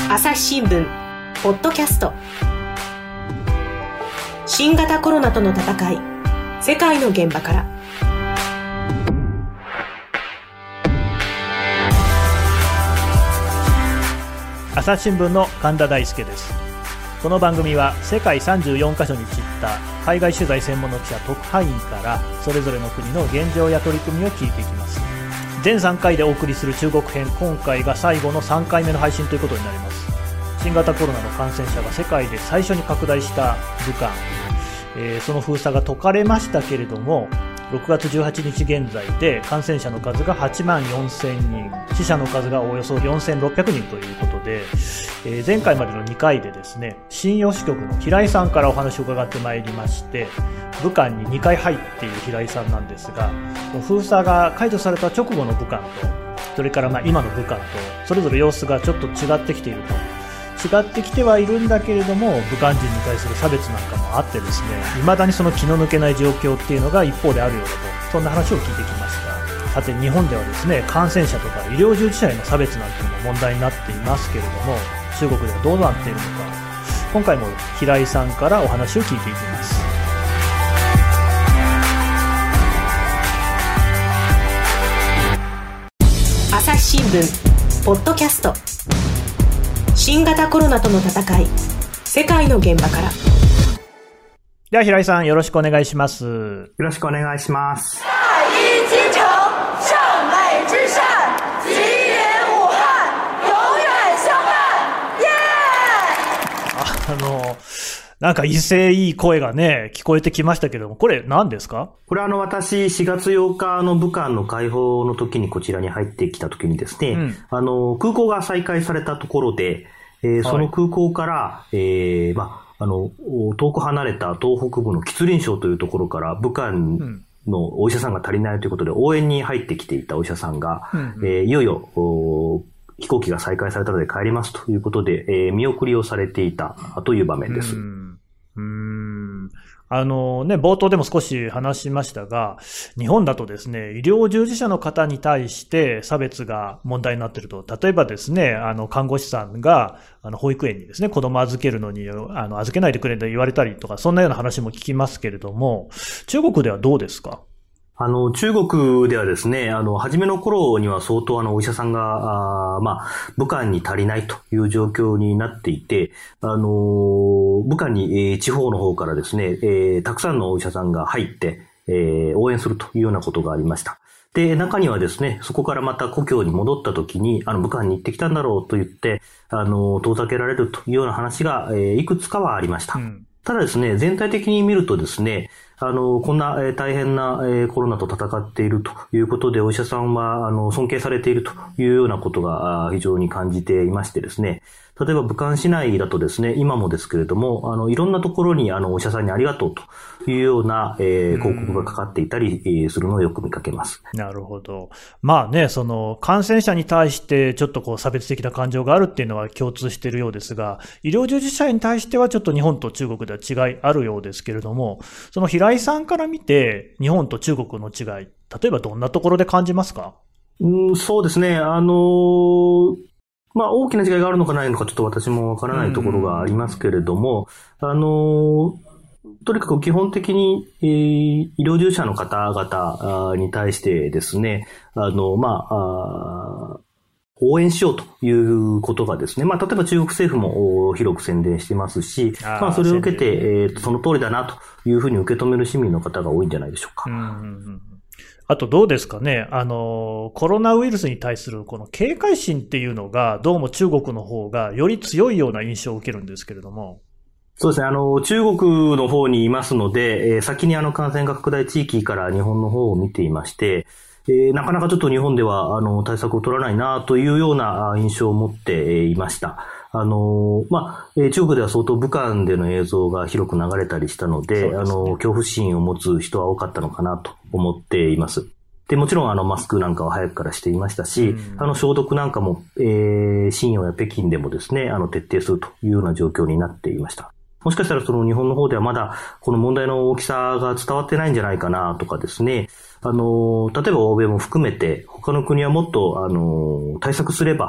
朝日新聞ポッドキャスト、新型コロナとの戦い、世界の現場から。 朝日新聞の神田大輔です。この番組は世界34カ所に散った海外取材専門の記者特派員からそれぞれの国の現状や取り組みを聞いていきます。全3回でお送りする中国編、今回が最後の3回目の配信ということになります。新型コロナの感染者が世界で最初に拡大した武漢、その封鎖が解かれましたけれども、6月18日現在で感染者の数が8万4000人、死者の数がおよそ4600人ということで、前回までの2回でですね、信陽支局の平井さんからお話を伺ってまいりまして、武漢に2回入っている平井さんなんですが、封鎖が解除された直後の武漢と、それから今の武漢と、それぞれ様子がちょっと違ってきていると。違ってきてはいるんだけれども、武漢人に対する差別なんかもあってですね、未だにその気の抜けない状況っていうのが一方であるようだと、そんな話を聞いてきました。さて、日本ではですね、感染者とか医療従事者への差別なんていうのも問題になっていますけれども、中国ではどうなっているのか、今回も平井さんからお話を聞いていきます。 朝日新聞ポッドキャスト、新型コロナとの戦い、世界の現場から。 では平井さん、よろしくお願いします。 よろしくお願いします。 なんか威勢いい声がね、聞こえてきましたけども、これ何ですか？ これ私、4月8日の武漢の解放の時にこちらに入ってきた時にですね、空港が再開されたところで、その空港から、遠く離れた東北部の吉林省というところから武漢のお医者さんが足りないということで応援に入ってきていたお医者さんが、いよいよ飛行機が再開されたので帰りますということで、見送りをされていたという場面です。 冒頭でも少し話しましたが、日本だとですね、医療従事者の方に対して差別が問題になっていると。例えばですね、看護師さんが、保育園にですね、子供預けるのに、預けないでくれと言われたりとか、そんなような話も聞きますけれども、中国ではどうですか？ 中国ではですね、初めの頃には相当お医者さんが、武漢に足りないという状況になっていて、武漢に、地方の方からですね、たくさんのお医者さんが入って、応援するというようなことがありました。で、中にはですね、そこからまた故郷に戻った時に、武漢に行ってきたんだろうと言って、遠ざけられるというような話が、いくつかはありました。ただですね、全体的に見るとですね、こんな大変なコロナと戦っているということで、お医者さんは尊敬されているというようなことが非常に感じていましてですね、例えば武漢市内だとですね、今もですけれども、いろんなところにお医者さんにありがとうというような広告がかかっていたりするのをよく見かけます。 なるほど。その感染者に対してちょっと差別的な感情があるっていうのは共通しているようですが、医療従事者に対してはちょっと日本と中国では違いあるようですけれども、その平井さんから見て日本と中国の違い、例えばどんなところで感じますか？ そうですね。大きな違いがあるのかないのかちょっと私もわからないところがありますけれども、とにかく基本的に、医療従事者の方々に対してですね、応援しようということがですね、例えば中国政府も広く宣伝してますし、それを受けて、その通りだなというふうに受け止める市民の方が多いんじゃないでしょうか。 あとどうですかね、コロナウイルスに対するこの警戒心っていうのが、どうも中国の方がより強いような印象を受けるんですけれども。 そうですね、中国の方にいますので、先に感染拡大地域から日本の方を見ていまして、なかなかちょっと日本では対策を取らないなというような印象を持っていました。中国では相当武漢での映像が広く流れたりしたので、恐怖心を持つ人は多かったのかなと思っています。で、もちろんマスクなんかは早くからしていましたし、消毒なんかも、瀋陽や北京でもですね、徹底するというような状況になっていました。もしかしたらその日本の方ではまだこの問題の大きさが伝わってないんじゃないかなとかですね、例えば欧米も含めて他の国はもっと対策すれば、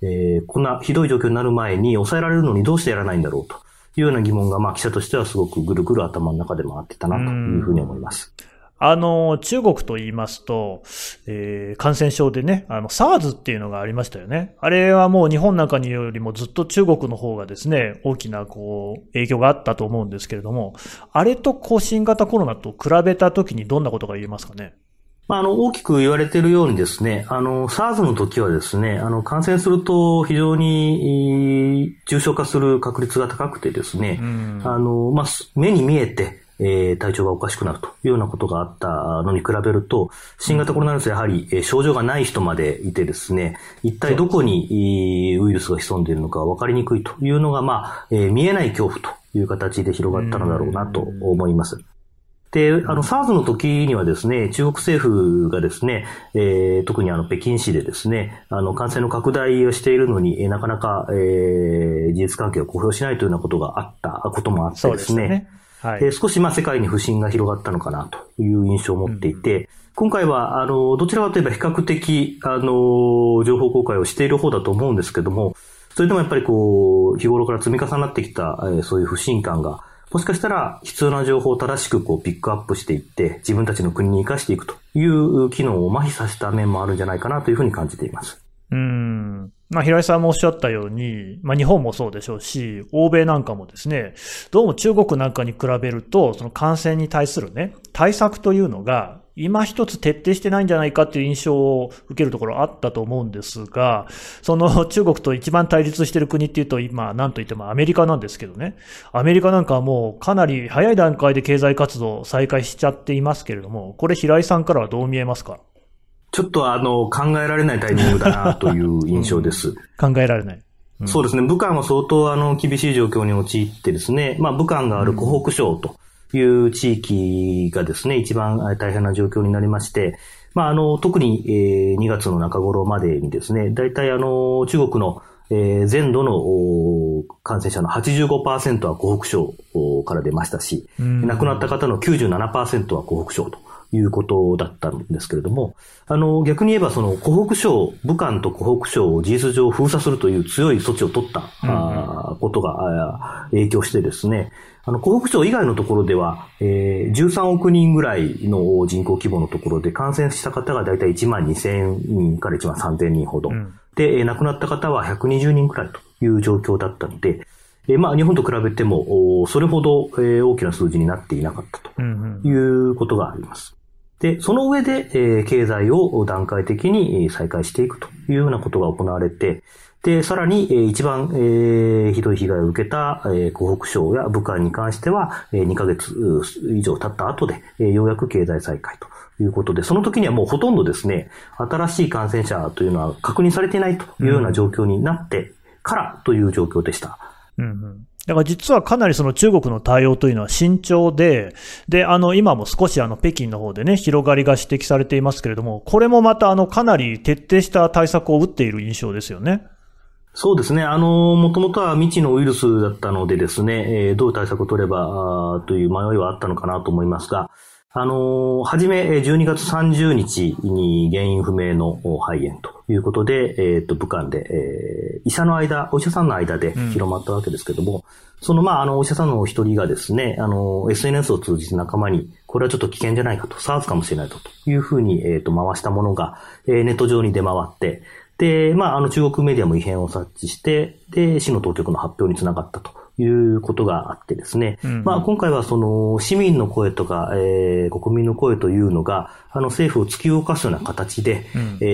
こんなひどい状況になる前に抑えられるのにどうしてやらないんだろうというような疑問が、記者としてはすごくぐるぐる頭の中で回ってたなというふうに思います。 中国と言いますと、感染症でね、SARS っていうのがありましたよね。あれはもう日本なんかによりもずっと中国の方がですね、大きな影響があったと思うんですけれども、あれと新型コロナと比べたときにどんなことが言えますかね。 大きく言われているようにですね、SARS の時はですね、感染すると非常に重症化する確率が高くてですね、目に見えて、体調がおかしくなるというようなことがあったのに比べると、新型コロナウイルスはやはり症状がない人までいてですね、一体どこにウイルスが潜んでいるのか分かりにくいというのが、見えない恐怖という形で広がったのだろうなと思います。で、SARS の時にはですね、中国政府がですね、特に北京市でですね、感染の拡大をしているのに、なかなか、事実関係を公表しないというようなことがあったこともあってですね、はい、少し世界に不信が広がったのかなという印象を持っていて、今回はどちらかといえば比較的情報公開をしている方だと思うんですけども、それでもやっぱり日頃から積み重なってきた、そういう不信感がもしかしたら必要な情報を正しくピックアップしていって自分たちの国に生かしていくという機能を麻痺させた面もあるんじゃないかなというふうに感じています。 平井さんもおっしゃったように、日本もそうでしょうし、欧米なんかもですね、どうも中国なんかに比べると、その感染に対するね、対策というのが、今一つ徹底してないんじゃないかという印象を受けるところあったと思うんですが、その中国と一番対立している国っていうと、今何と言ってもアメリカなんですけどね、アメリカなんかはもうかなり早い段階で経済活動を再開しちゃっていますけれども、これ平井さんからはどう見えますか？ ちょっと考えられないタイミングだなという印象です。 考えられない。 そうですね。武漢は相当厳しい状況に陥ってですね、武漢がある湖北省という地域がですね、一番大変な状況になりまして、特に2月の中頃までにですね、だいたい中国の全土の感染者の 85% は湖北省から出ましたし、亡くなった方の 97% は湖北省ということだったんですけれども、逆に言えばその湖北省、武漢と湖北省を事実上封鎖するという強い措置を取ったことが影響してですね、湖北省以外のところでは、13億人ぐらいの人口規模のところで感染した方がだいたい1万2000人から1万3000人ほど。で、亡くなった方は120人くらいという状況だったので、日本と比べても、それほど大きな数字になっていなかったということがあります。で、その上で、経済を段階的に再開していくというようなことが行われて、で、さらに、一番、ひどい被害を受けた、湖北省や武漢に関しては、2ヶ月以上経った後で、ようやく経済再開ということで、その時にはもうほとんどですね、新しい感染者というのは確認されていないというような状況になってからという状況でした。 だから実はかなりその中国の対応というのは慎重で、今も少し北京の方でね、広がりが指摘されていますけれども、これもまたかなり徹底した対策を打っている印象ですよね。 そうですね。もともとは未知のウイルスだったのでですね、どういう対策を取ればという迷いはあったのかなと思いますが、はじめ12月30日に原因不明の肺炎ということで、武漢で、お医者さんの間で広まったわけですけども、そのお医者さんのお一人がですね、SNS を通じて仲間に、これはちょっと危険じゃないかと、SARS かもしれないというふうに、回したものが、ネット上に出回って、で、中国メディアも異変を察知して、で、市の当局の発表につながったということがあってですね。今回はその市民の声とか、国民の声というのが、政府を突き動かすような形で、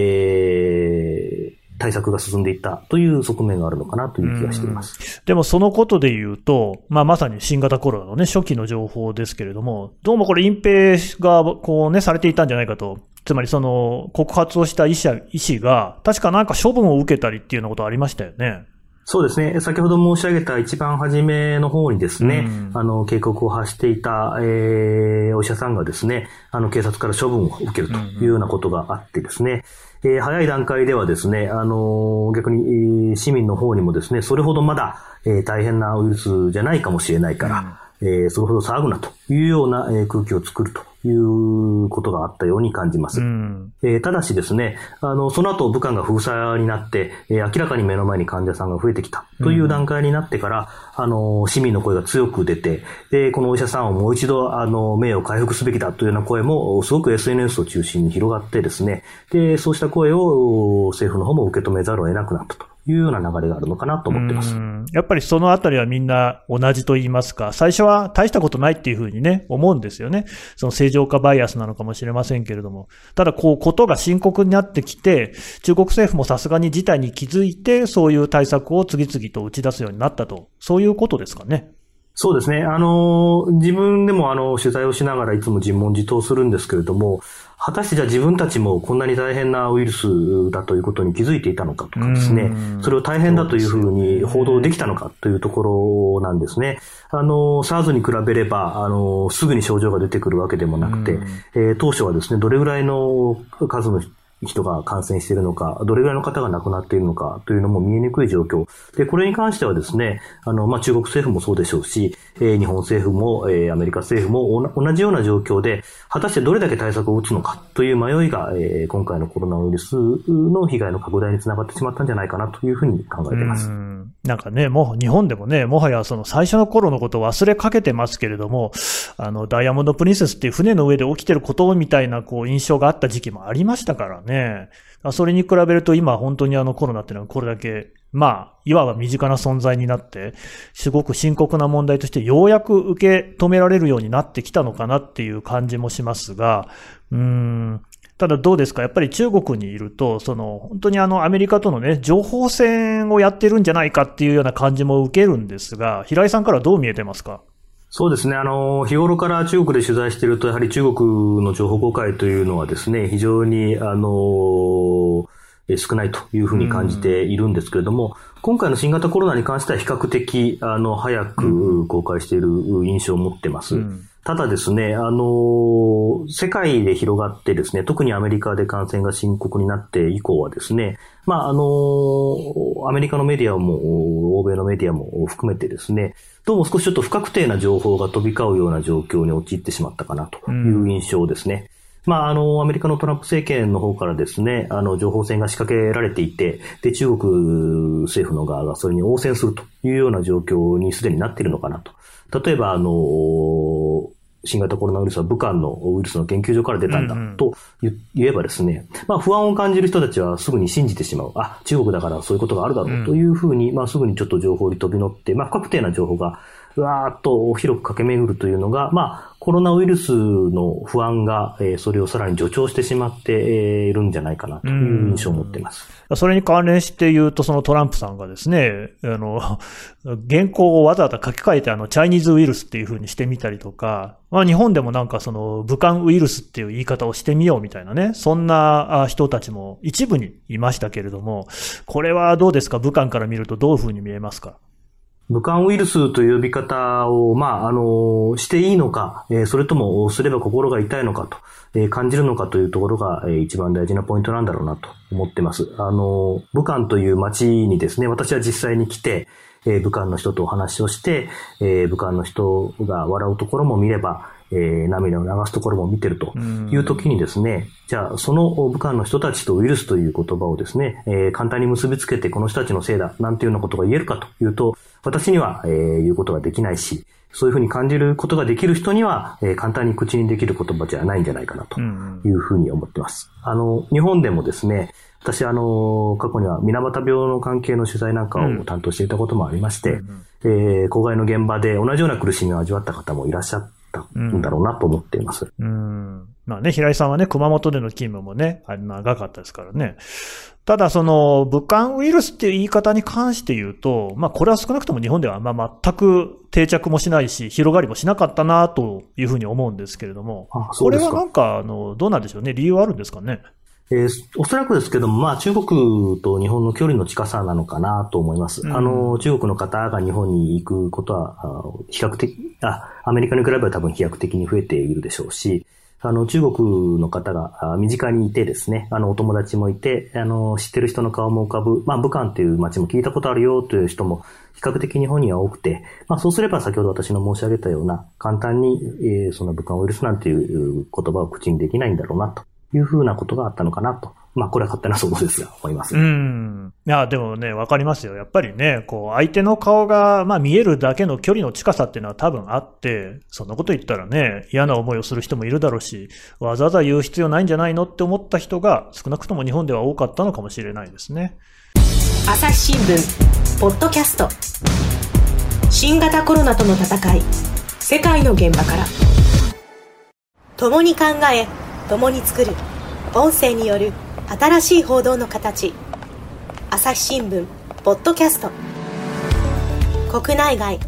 対策が進んでいったという側面があるのかなという気がしています。 でもそのことで言うと、まさに新型コロナのね、初期の情報ですけれども、どうもこれ隠蔽がされていたんじゃないかと。つまりその告発をした医師が確かなんか処分を受けたりっていうようなことありましたよね。 そうですね。先ほど申し上げた一番初めの方にですね、警告を発していた、お医者さんがですね、警察から処分を受けるというようなことがあってですね、早い段階ではですね、逆に、市民の方にもですね、それほどまだ、大変なウイルスじゃないかもしれないから、それほど騒ぐなというような空気を作るということがあったように感じます。ただしですね、その後武漢が封鎖になって、明らかに目の前に患者さんが増えてきたという段階になってから、市民の声が強く出て、で、このお医者さんをもう一度、名誉を回復すべきだというような声も、すごく SNS を中心に広がってですね、で、そうした声を政府の方も受け止めざるを得なくなったというような流れがあるのかなと思っています。 やっぱりそのあたりはみんな同じと言いますか、最初は大したことないっていうふうにね、思うんですよね。その正常化バイアスなのかもしれませんけれども。ただことが深刻になってきて、中国政府もさすがに事態に気づいて、そういう対策を次々と打ち出すようになったと、そういうことですかね。 そうですね。自分でも取材をしながらいつも自問自答するんですけれども、果たしてじゃあ自分たちもこんなに大変なウイルスだということに気づいていたのかとかですね、それを大変だというふうに報道できたのかというところなんですね。SARS に比べれば、すぐに症状が出てくるわけでもなくて、当初はですね、どれぐらいの数の人が感染しているのか、どれぐらいの方が亡くなっているのかというのも見えにくい状況。で、これに関してはですね、中国政府もそうでしょうし、日本政府も、アメリカ政府も同じような状況で、果たしてどれだけ対策を打つのかという迷いが、今回のコロナウイルスの被害の拡大につながってしまったんじゃないかなというふうに考えています。 なんかね、もう日本でもね、もはやその最初の頃のことを忘れかけてますけれども、ダイヤモンドプリンセスっていう船の上で起きてることみたいな印象があった時期もありましたからね。それに比べると今本当にコロナっていうのはこれだけ、いわば身近な存在になって、すごく深刻な問題としてようやく受け止められるようになってきたのかなっていう感じもしますが、ただどうですか、やっぱり中国にいると、本当にアメリカとのね、情報戦をやってるんじゃないかっていうような感じも受けるんですが、平井さんからどう見えてますか？ そうですね。日頃から中国で取材していると、やはり中国の情報公開というのはですね、非常に、少ないというふうに感じているんですけれども、今回の新型コロナに関しては比較的、早く公開している印象を持ってます。ただですね、世界で広がってですね、特にアメリカで感染が深刻になって以降はですね、アメリカのメディアも、欧米のメディアも含めてですね、どうも少しちょっと不確定な情報が飛び交うような状況に陥ってしまったかなという印象ですね。アメリカのトランプ政権の方からですね、情報戦が仕掛けられていて、で、中国政府の側がそれに応戦するというような状況にすでになっているのかなと。例えば、新型コロナウイルスは武漢のウイルスの研究所から出たんだと言えばですね、不安を感じる人たちはすぐに信じてしまう。中国だからそういうことがあるだろうというふうに、すぐにちょっと情報に飛び乗って、不確定な情報がうわーっと広く駆け巡るというのが、コロナウイルスの不安が、それをさらに助長してしまっているんじゃないかなという印象を持っています。 それに関連して言うと、そのトランプさんがですね、原稿をわざわざ書き換えてチャイニーズウイルスっていう風にしてみたりとか、日本でもなんか武漢ウイルスっていう言い方をしてみようみたいなね、そんな人たちも一部にいましたけれども、これはどうですか？武漢から見るとどういう風に見えますか？ 武漢ウイルスという呼び方を、していいのか、それともすれば心が痛いのかと、感じるのかというところが、一番大事なポイントなんだろうなと思ってます。武漢という街にですね、私は実際に来て、武漢の人とお話をして、武漢の人が笑うところも見れば、涙を流すところも見てるという時にですね、じゃあその武漢の人たちとウイルスという言葉をですね、簡単に結びつけてこの人たちのせいだなんていうようなことが言えるかというと、私には、言うことができないし、そういうふうに感じることができる人には、簡単に口にできる言葉じゃないんじゃないかなというふうに思ってます。日本でもですね、私過去には水俣病の関係の取材なんかを担当していたこともありまして、公害の現場で同じような苦しみを味わった方もいらっしゃったんだろうなと思っています。 平井さんはね、熊本での勤務もね、長かったですからね。ただ武漢ウイルスっていう言い方に関して言うと、これは少なくとも日本では全く定着もしないし、広がりもしなかったなというふうに思うんですけれども、これはなんかどうなんでしょうね、理由はあるんですかね。 おそらくですけども、中国と日本の距離の近さなのかなと思います。中国の方が日本に行くことは、比較的、アメリカに比べば多分飛躍的に増えているでしょうし、 中国の方が身近にいてですね、お友達もいて、知ってる人の顔も浮かぶ、武漢という街も聞いたことあるよという人も比較的日本には多くて、そうすれば先ほど私の申し上げたような簡単に、その武漢ウイルスなんていう言葉を口にできないんだろうなというふうなことがあったのかなと。これは勝手な想像ですが、思います。 いや、でもね、わかりますよ。やっぱりね、相手の顔が、見えるだけの距離の近さっていうのは多分あって、そんなこと言ったらね、嫌な思いをする人もいるだろうし、わざわざ言う必要ないんじゃないのって思った人が、少なくとも日本では多かったのかもしれないですね。 朝日新聞、ポッドキャスト。新型コロナとの戦い、世界の現場から。共に考え、共に作る。音声による新しい報道の形。朝日新聞ポッドキャスト。国内外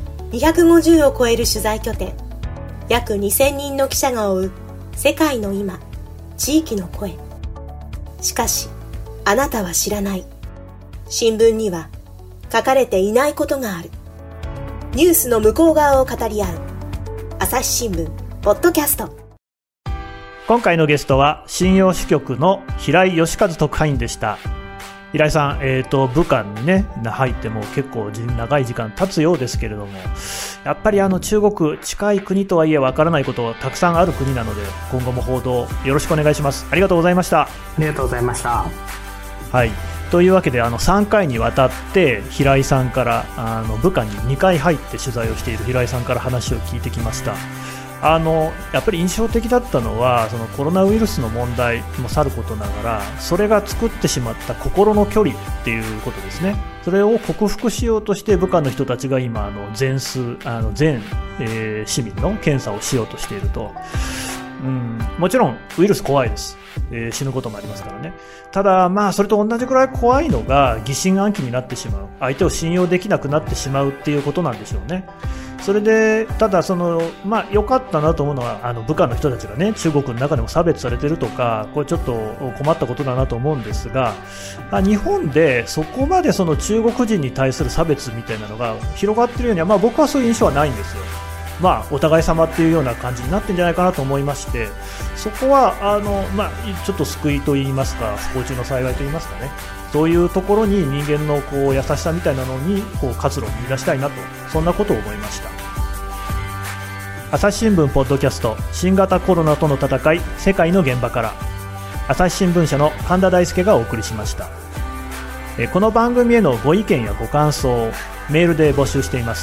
250を超える取材拠点、約2000人の記者が追う世界の今、地域の声。しかしあなたは知らない、新聞には書かれていないことがある。ニュースの向こう側を語り合う朝日新聞ポッドキャスト。 今回のゲストは信陽支局の平井義和特派員でした。平井さん、武漢にね入っても結構長い時間経つようですけれども、やっぱり中国近い国とはいえわからないことたくさんある国なので、今後も報道よろしくお願いします。ありがとうございました。 ありがとうございました。 はい、というわけで3回にわたって平井さんから武漢に2回入って取材をしている平井さんから話を聞いてきました。やっぱり印象的だったのは、そのコロナウイルスの問題もさることながら、それが作ってしまった心の距離っていうことですね。それを克服しようとして武漢の人たちが今全市民の検査をしようとしていると。もちろんウイルス怖いです、死ぬこともありますからね。ただそれと同じくらい怖いのが疑心暗鬼になってしまう、相手を信用できなくなってしまうっていうことなんでしょうね。それでただ良かったなと思うのは、武漢の人たちがね中国の中でも差別されてるとか、これちょっと困ったことだなと思うんですが、日本でそこまでその中国人に対する差別みたいなのが広がっているようには、僕はそういう印象はないんですよ。お互い様っていうような感じになってるんじゃないかなと思いまして、そこはちょっと救いと言いますか、不幸中の幸いと言いますかね、そういうところに人間の優しさみたいなのに活路を見出したいなと、そんなことを思いました。朝日新聞ポッドキャスト、新型コロナとの戦い、世界の現場から、朝日新聞社の神田大輔がお送りしました。この番組へのご意見やご感想をメールで募集しています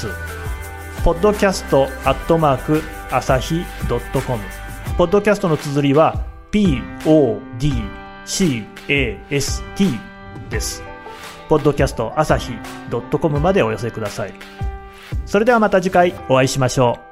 。podcast@asahi.com、 ポッドキャストの綴りは PODCAST です。podcast@asahi.com までお寄せください。それではまた次回お会いしましょう。